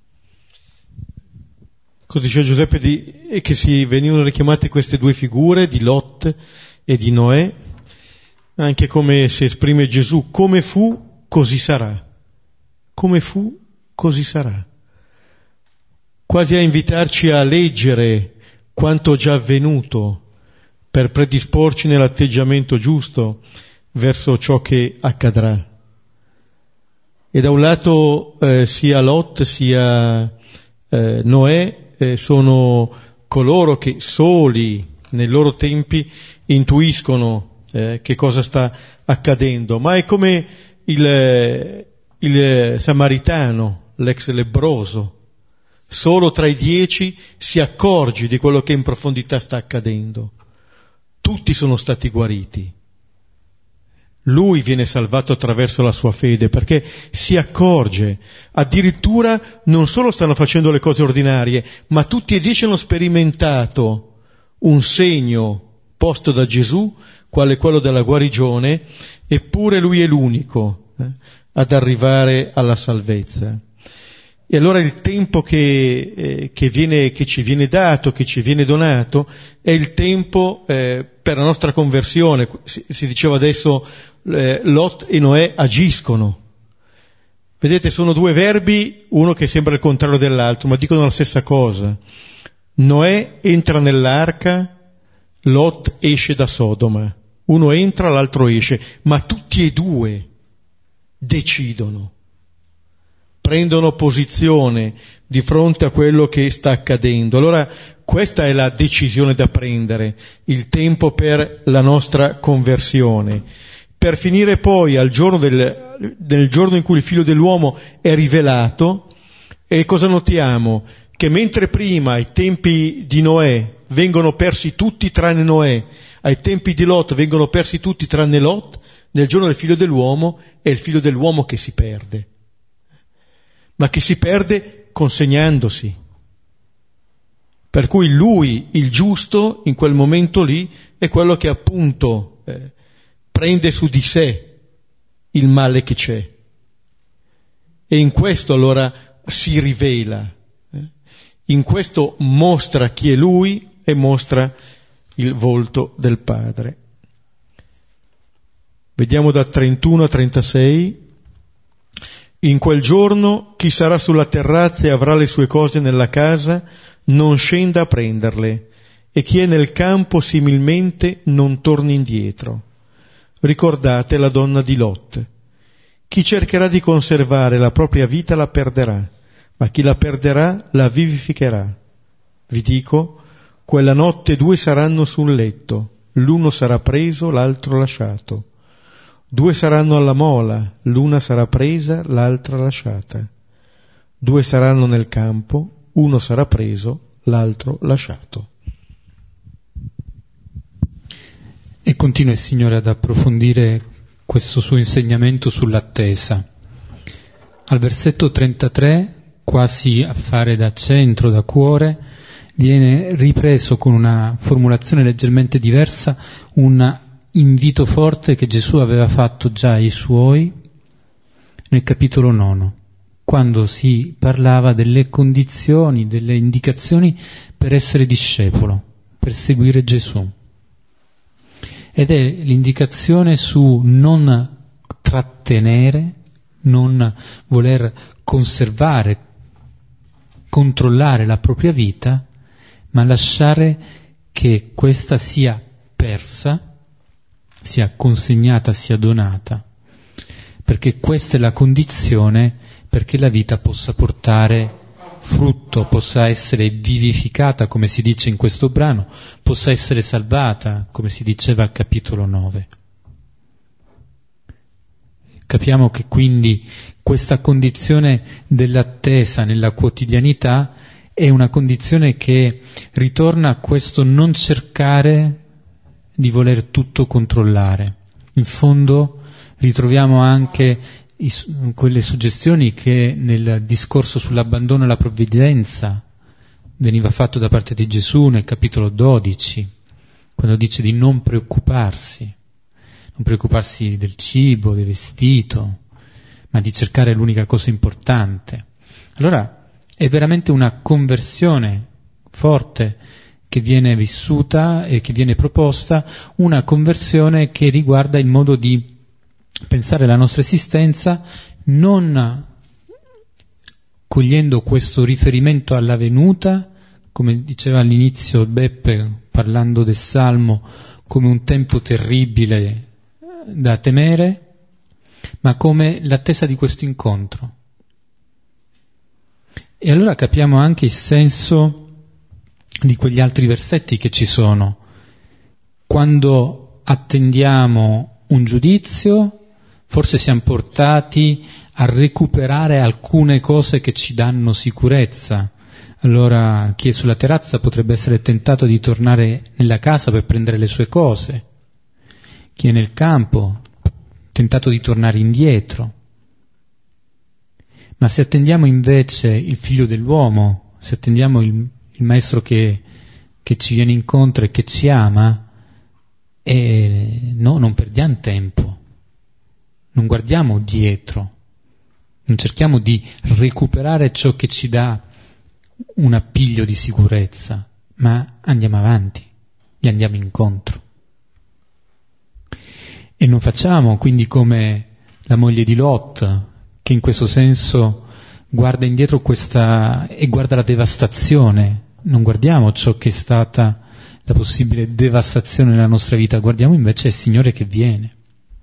Così diceva Giuseppe di, che si venivano richiamate queste due figure di Lot e di Noè, anche come si esprime Gesù: come fu, così sarà. Come fu, così sarà. Quasi a invitarci a leggere quanto già avvenuto per predisporci nell'atteggiamento giusto verso ciò che accadrà. E da un lato eh, sia Lot sia eh, Noè eh, sono coloro che soli nei loro tempi intuiscono eh, che cosa sta accadendo, ma è come il, il samaritano, l'ex lebbroso, solo tra i dieci si accorge di quello che in profondità sta accadendo. Tutti sono stati guariti. Lui viene salvato attraverso la sua fede, perché si accorge. Addirittura non solo stanno facendo le cose ordinarie, ma tutti e dieci hanno sperimentato un segno posto da Gesù, quale quello della guarigione, eppure lui è l'unico eh, ad arrivare alla salvezza. E allora il tempo che, eh, che, viene, che ci viene dato, che ci viene donato, è il tempo eh, per la nostra conversione. Si, si diceva adesso eh, Lot e Noè agiscono. Vedete, sono due verbi, uno che sembra il contrario dell'altro, ma dicono la stessa cosa. Noè entra nell'arca, Lot esce da Sodoma. Uno entra, l'altro esce, ma tutti e due decidono. Prendono posizione di fronte a quello che sta accadendo. Allora questa è la decisione da prendere, il tempo per la nostra conversione, per finire poi al giorno del, nel giorno in cui il Figlio dell'uomo è rivelato. E cosa notiamo? Che mentre prima ai tempi di Noè vengono persi tutti tranne Noè, ai tempi di Lot vengono persi tutti tranne Lot, nel giorno del Figlio dell'uomo è il Figlio dell'uomo che si perde, ma che si perde consegnandosi. Per cui lui, il giusto, in quel momento lì, è quello che appunto eh, prende su di sé il male che c'è. E in questo allora si rivela, eh? In questo mostra chi è lui e mostra il volto del Padre. Vediamo da trentuno a trentasei. In quel giorno chi sarà sulla terrazza e avrà le sue cose nella casa non scenda a prenderle, e chi è nel campo similmente non torni indietro. Ricordate la donna di Lot. Chi cercherà di conservare la propria vita la perderà, ma chi la perderà la vivificherà. Vi dico, quella notte due saranno sul letto, l'uno sarà preso, l'altro lasciato. Due saranno alla mola, l'una sarà presa, l'altra lasciata. Due saranno nel campo, uno sarà preso, l'altro lasciato. E continua il Signore ad approfondire questo suo insegnamento sull'attesa. Al versetto trentatré, quasi a fare da centro, da cuore, viene ripreso con una formulazione leggermente diversa un invito forte che Gesù aveva fatto già ai Suoi nel capitolo nono, quando si parlava delle condizioni, delle indicazioni per essere discepolo, per seguire Gesù. Ed è l'indicazione su non trattenere, non voler conservare, controllare la propria vita, ma lasciare che questa sia persa, sia consegnata, sia donata, perché questa è la condizione perché la vita possa portare frutto, possa essere vivificata, come si dice in questo brano, possa essere salvata, come si diceva al capitolo nove. Capiamo che quindi questa condizione dell'attesa nella quotidianità è una condizione che ritorna a questo non cercare di voler tutto controllare. In fondo ritroviamo anche i, quelle suggestioni che nel discorso sull'abbandono alla provvidenza veniva fatto da parte di Gesù nel capitolo dodici, quando dice di non preoccuparsi, non preoccuparsi del cibo, del vestito, ma di cercare l'unica cosa importante. Allora è veramente una conversione forte che viene vissuta e che viene proposta, una conversione che riguarda il modo di pensare la nostra esistenza non cogliendo questo riferimento alla venuta, come diceva all'inizio Beppe parlando del Salmo, come un tempo terribile da temere, ma come l'attesa di questo incontro. E allora capiamo anche il senso di quegli altri versetti che ci sono. Quando attendiamo un giudizio, forse siamo portati a recuperare alcune cose che ci danno sicurezza. Allora chi è sulla terrazza potrebbe essere tentato di tornare nella casa per prendere le sue cose. Chi è nel campo, tentato di tornare indietro. Ma se attendiamo invece il Figlio dell'uomo, se attendiamo il, il Maestro che, che ci viene incontro e che ci ama, e no, non perdiamo tempo, non guardiamo dietro, non cerchiamo di recuperare ciò che ci dà un appiglio di sicurezza, ma andiamo avanti, gli andiamo incontro. E non facciamo quindi come la moglie di Lot, che in questo senso guarda indietro questa e guarda la devastazione. Non guardiamo ciò che è stata la possibile devastazione nella nostra vita, guardiamo invece il Signore che viene.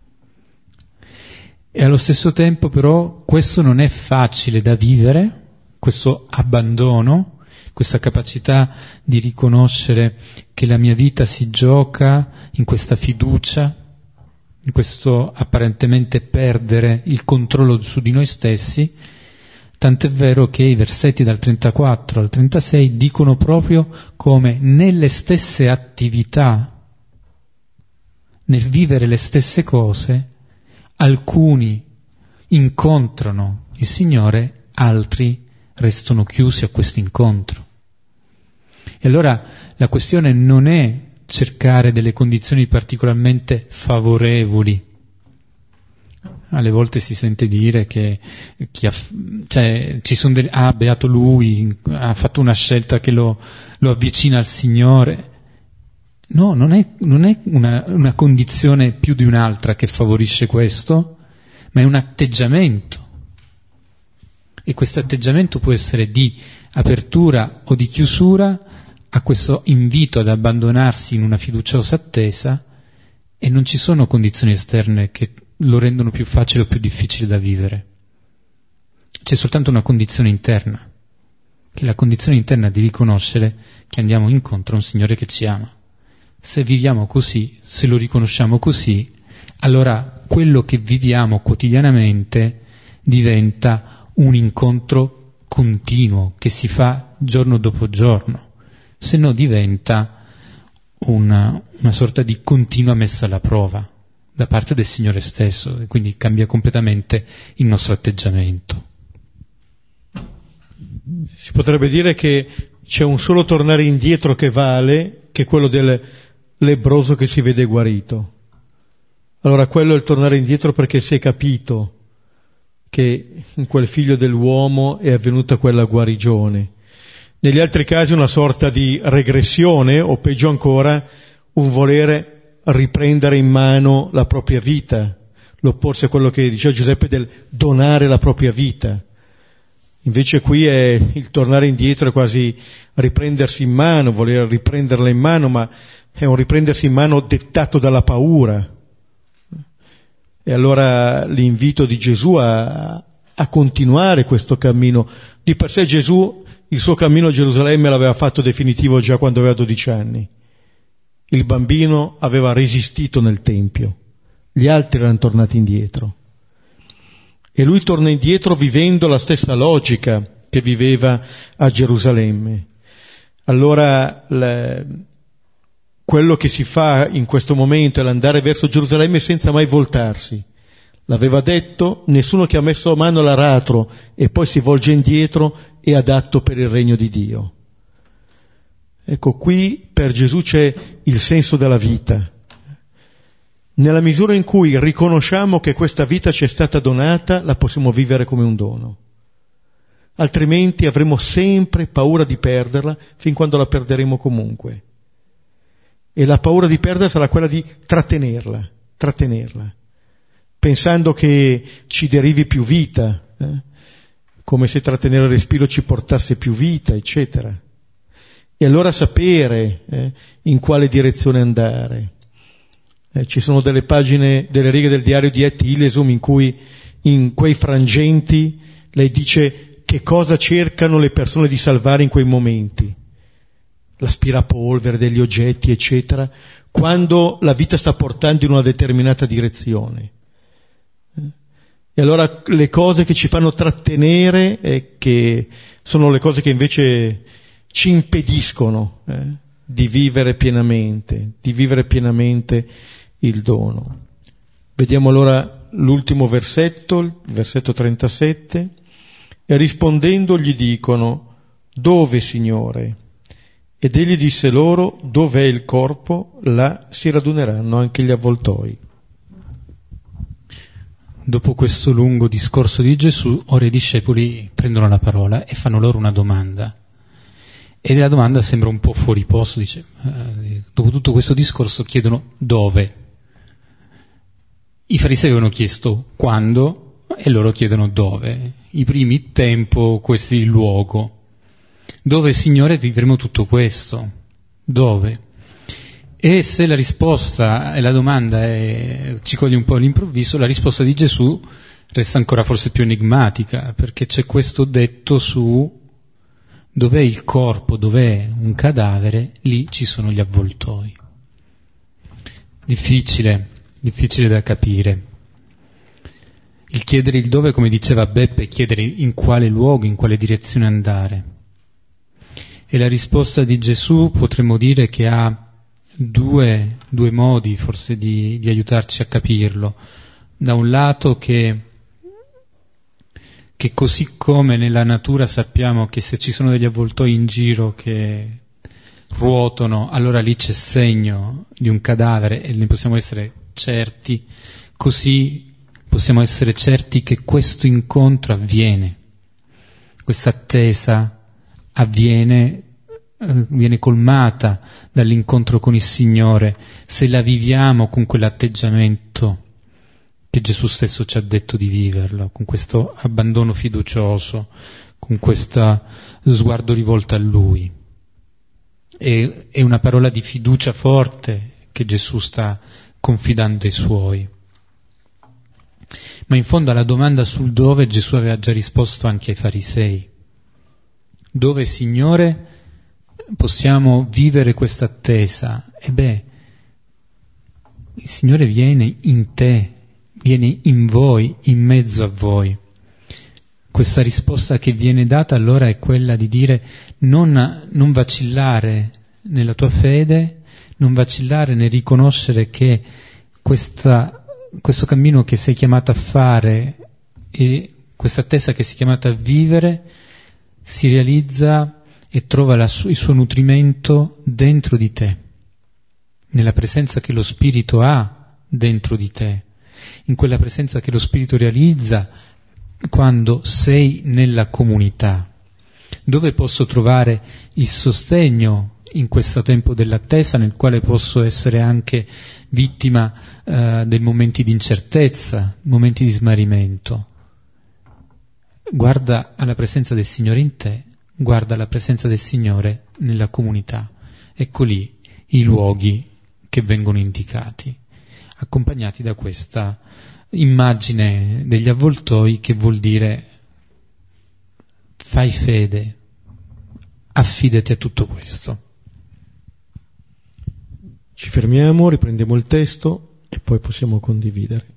E allo stesso tempo però questo non è facile da vivere, questo abbandono, questa capacità di riconoscere che la mia vita si gioca in questa fiducia, in questo apparentemente perdere il controllo su di noi stessi, tant'è vero che i versetti dal trentaquattro al trentasei dicono proprio come nelle stesse attività, nel vivere le stesse cose, alcuni incontrano il Signore, altri restano chiusi a questo incontro. E allora la questione non è cercare delle condizioni particolarmente favorevoli. Alle volte si sente dire che chi ha, cioè, ci sono delle, ah, beato lui, ha fatto una scelta che lo, lo avvicina al Signore. No, non è, non è una, una condizione più di un'altra che favorisce questo, ma è un atteggiamento. E questo atteggiamento può essere di apertura o di chiusura a questo invito ad abbandonarsi in una fiduciosa attesa, e non ci sono condizioni esterne che lo rendono più facile o più difficile da vivere. C'è soltanto una condizione interna, che è la condizione interna di riconoscere che andiamo incontro a un Signore che ci ama. Se viviamo così, se lo riconosciamo così, allora quello che viviamo quotidianamente diventa un incontro continuo che si fa giorno dopo giorno, se no diventa una, una sorta di continua messa alla prova da parte del Signore stesso, e quindi cambia completamente il nostro atteggiamento. Si potrebbe dire che c'è un solo tornare indietro che vale, che è quello del lebbroso che si vede guarito. Allora quello è il tornare indietro perché si è capito che in quel figlio dell'uomo è avvenuta quella guarigione. Negli altri casi una sorta di regressione, o peggio ancora un volere riprendere in mano la propria vita, l'opporsi a quello che diceva Giuseppe del donare la propria vita. Invece qui è il tornare indietro, è quasi riprendersi in mano, voler riprenderla in mano, ma è un riprendersi in mano dettato dalla paura. E allora l'invito di Gesù a, a continuare questo cammino. Di per sé Gesù il suo cammino a Gerusalemme l'aveva fatto definitivo già quando aveva dodici anni. Il bambino aveva resistito nel Tempio, gli altri erano tornati indietro. E lui torna indietro vivendo la stessa logica che viveva a Gerusalemme. Allora le, quello che si fa in questo momento è l'andare verso Gerusalemme senza mai voltarsi. L'aveva detto, nessuno che ha messo a mano l'aratro e poi si volge indietro è adatto per il regno di Dio. Ecco, qui per Gesù c'è il senso della vita. Nella misura in cui riconosciamo che questa vita ci è stata donata, la possiamo vivere come un dono. Altrimenti avremo sempre paura di perderla fin quando la perderemo comunque. E la paura di perderla sarà quella di trattenerla, trattenerla, pensando che ci derivi più vita, eh? come se trattenere il respiro ci portasse più vita, eccetera. E allora sapere eh, in quale direzione andare. Eh, ci sono delle pagine, delle righe del diario di Etty Hillesum in cui in quei frangenti lei dice che cosa cercano le persone di salvare in quei momenti. L'aspirapolvere, degli oggetti, eccetera, quando la vita sta portando in una determinata direzione. Eh? E allora le cose che ci fanno trattenere, eh, che sono le cose che invece ci impediscono eh, di vivere pienamente, di vivere pienamente il dono. Vediamo allora l'ultimo versetto, il versetto trentasette. E rispondendo gli dicono: dove, Signore? Ed egli disse loro: dov'è il corpo, là si raduneranno anche gli avvoltoi. Dopo questo lungo discorso di Gesù, ora i discepoli prendono la parola e fanno loro una domanda. E la domanda sembra un po' fuori posto, dice, eh, dopo tutto questo discorso chiedono dove. I farisei avevano chiesto quando e loro chiedono dove. I primi tempo, questo è il luogo. Dove, Signore, vivremo tutto questo? Dove? E se la risposta e la domanda è, ci coglie un po' all'improvviso, la risposta di Gesù resta ancora forse più enigmatica, perché c'è questo detto su dov'è il corpo, dov'è un cadavere, lì ci sono gli avvoltoi. Difficile, difficile da capire. Il chiedere il dove, come diceva Beppe, è chiedere in quale luogo, in quale direzione andare. E la risposta di Gesù potremmo dire che ha due, due modi forse di, di aiutarci a capirlo. Da un lato che, che così come nella natura sappiamo che se ci sono degli avvoltoi in giro che ruotano, allora lì c'è segno di un cadavere e ne possiamo essere certi, così possiamo essere certi che questo incontro avviene, questa attesa avviene, eh, viene colmata dall'incontro con il Signore, se la viviamo con quell'atteggiamento che Gesù stesso ci ha detto di viverlo, con questo abbandono fiducioso, con questo sguardo rivolto a Lui. E, è una parola di fiducia forte che Gesù sta confidando ai Suoi. Ma in fondo alla domanda sul dove Gesù aveva già risposto anche ai farisei. Dove, Signore, possiamo vivere questa attesa? E beh, il Signore viene in te, viene in voi, in mezzo a voi. questa risposta che viene data allora è quella di dire non, non vacillare nella tua fede, non vacillare nel riconoscere che questa, questo cammino che sei chiamato a fare e questa attesa che sei chiamato a vivere si realizza e trova la su- il suo nutrimento dentro di te, nella presenza che lo Spirito ha dentro di te, in quella presenza che lo Spirito realizza quando sei nella comunità. Dove posso trovare il sostegno in questo tempo dell'attesa, nel quale posso essere anche vittima eh, dei momenti di incertezza, momenti di smarrimento? Guarda alla presenza del Signore in te, guarda alla presenza del Signore nella comunità. Ecco lì i luoghi che vengono indicati, accompagnati da questa immagine degli avvoltoi che vuol dire fai fede, affidati a tutto questo. Ci fermiamo, riprendiamo il testo e poi possiamo condividere.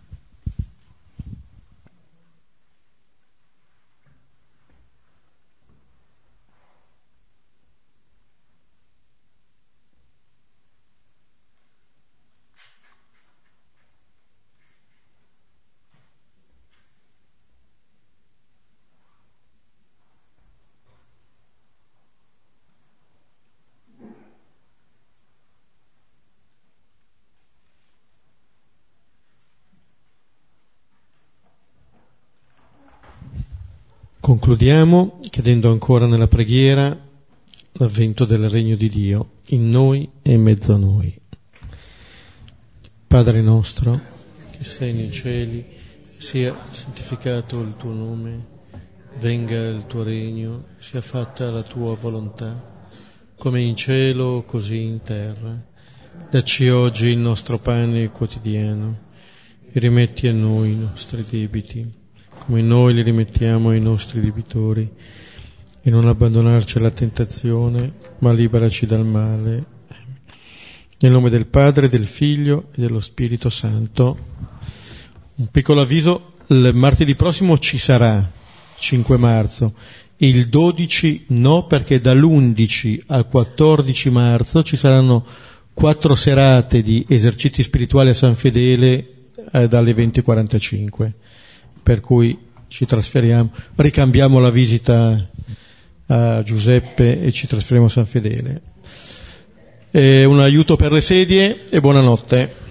Concludiamo chiedendo ancora nella preghiera l'avvento del regno di Dio in noi e in mezzo a noi. Padre nostro, che sei nei cieli, sia santificato il tuo nome, venga il tuo regno, sia fatta la tua volontà, come in cielo così in terra. Dacci oggi il nostro pane quotidiano e rimetti a noi i nostri debiti, come noi li rimettiamo ai nostri debitori, e non abbandonarci alla tentazione, ma liberaci dal male. Nel nome del Padre, del Figlio e dello Spirito Santo. Un piccolo avviso: il martedì prossimo ci sarà, cinque marzo, il dodici no, perché dall'undici al quattordici marzo ci saranno quattro serate di esercizi spirituali a San Fedele eh, dalle venti e quarantacinque. Per cui ci trasferiamo, ricambiamo la visita a Giuseppe e ci trasferiamo a San Fedele. E un aiuto per le sedie e buonanotte.